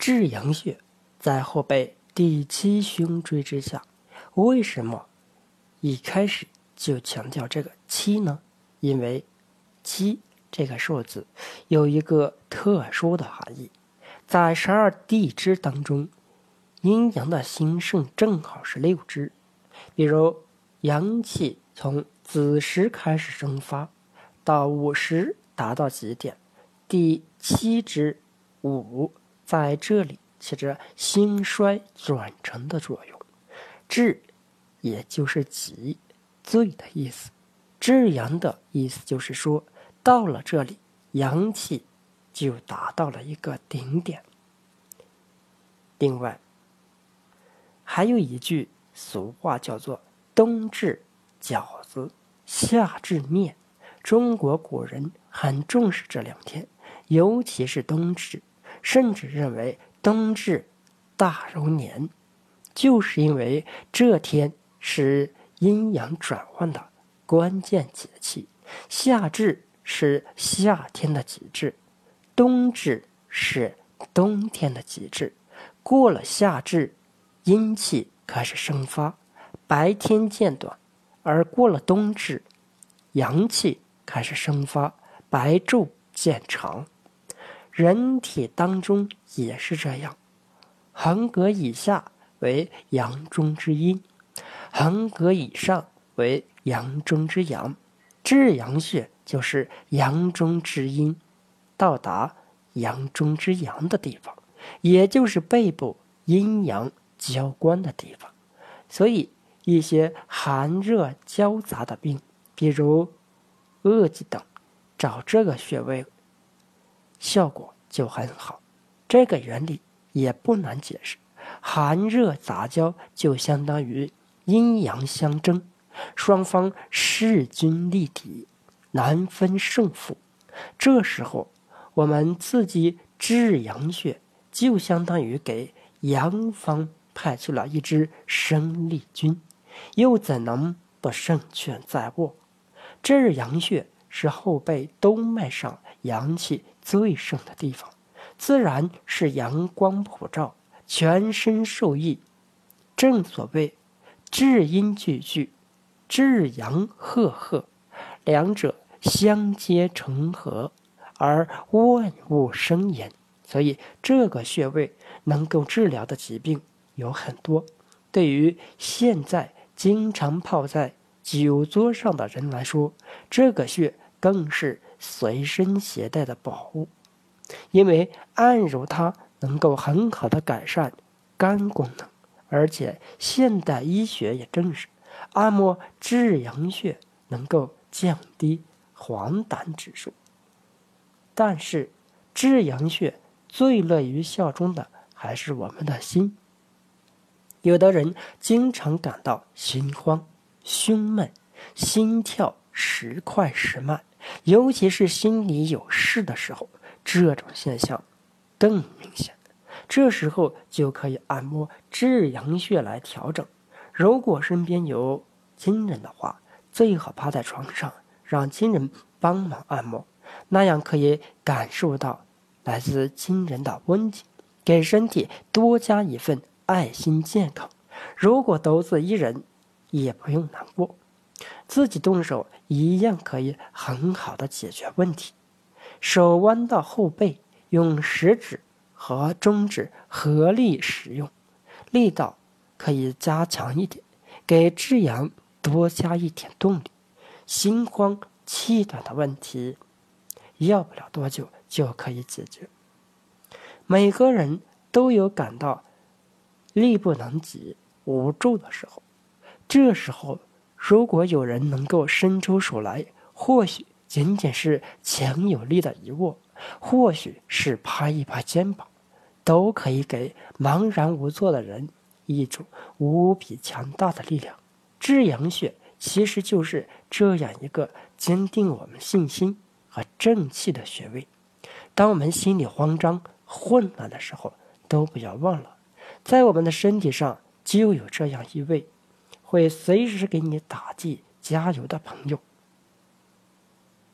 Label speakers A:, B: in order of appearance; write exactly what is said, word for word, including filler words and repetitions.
A: 至阳穴在后背第七胸椎之下，为什么一开始就强调这个七呢？因为七这个数字有一个特殊的含义，在十二地支当中，阴阳的兴盛正好是六支。比如阳气从子时开始生发，到午时达到极点，第七支午在这里起着兴衰转成的作用。至也就是极、最的意思，至阳的意思就是说，到了这里阳气就达到了一个顶点。另外还有一句俗话叫做冬至饺子，夏至面。中国古人很重视这两天，尤其是冬至，甚至认为冬至大如年，就是因为这天是阴阳转换的关键节气。夏至是夏天的极致，冬至是冬天的极致。过了夏至，阴气开始生发，白天渐短；而过了冬至，阳气开始生发，白昼渐长。人体当中也是这样，横膈以下为阳中之阴，横膈以上为阳中之阳。至阳穴就是阳中之阴，到达阳中之阳的地方，也就是背部阴阳交关的地方。所以一些寒热交杂的病，比如恶疾等，找这个穴位效果就很好。这个原理也不难解释，寒热杂交就相当于阴阳相争，双方势均力敌，难分胜负。这时候我们刺激至阳穴，就相当于给阳方派去了一支生力军，又怎能不胜券在握？至阳穴是后背督脉上阳气最盛的地方，自然是阳光普照，全身受益。正所谓至阴俱聚，至阳赫赫，两者相接成合，而万物生焉。所以这个穴位能够治疗的疾病有很多，对于现在经常泡在酒桌上的人来说，这个穴更是随身携带的宝物，因为按揉它能够很好的改善肝功能，而且现代医学也证实，按摩至阳穴能够降低黄疸指数。但是至阳穴最乐于效忠的还是我们的心。有的人经常感到心慌、胸闷、心跳时快时慢，尤其是心里有事的时候，这种现象更明显。这时候就可以按摩至阳穴来调整。如果身边有亲人的话，最好趴在床上让亲人帮忙按摩，那样可以感受到来自亲人的温情，给身体多加一份爱心健康。如果独自一人，也不用难过，自己动手一样可以很好的解决问题。手弯到后背，用食指和中指合力使用，力道可以加强一点，给至阳多加一点动力。心慌气短的问题要不了多久就可以解决。每个人都有感到力不能及、无助的时候，这时候如果有人能够伸出手来，或许仅仅是强有力的一握，或许是拍一拍肩膀，都可以给茫然无措的人一种无比强大的力量。至阳穴其实就是这样一个坚定我们信心和正气的穴位。当我们心里慌张、混乱的时候，都不要忘了，在我们的身体上就有这样一位会随时给你打气加油的朋友。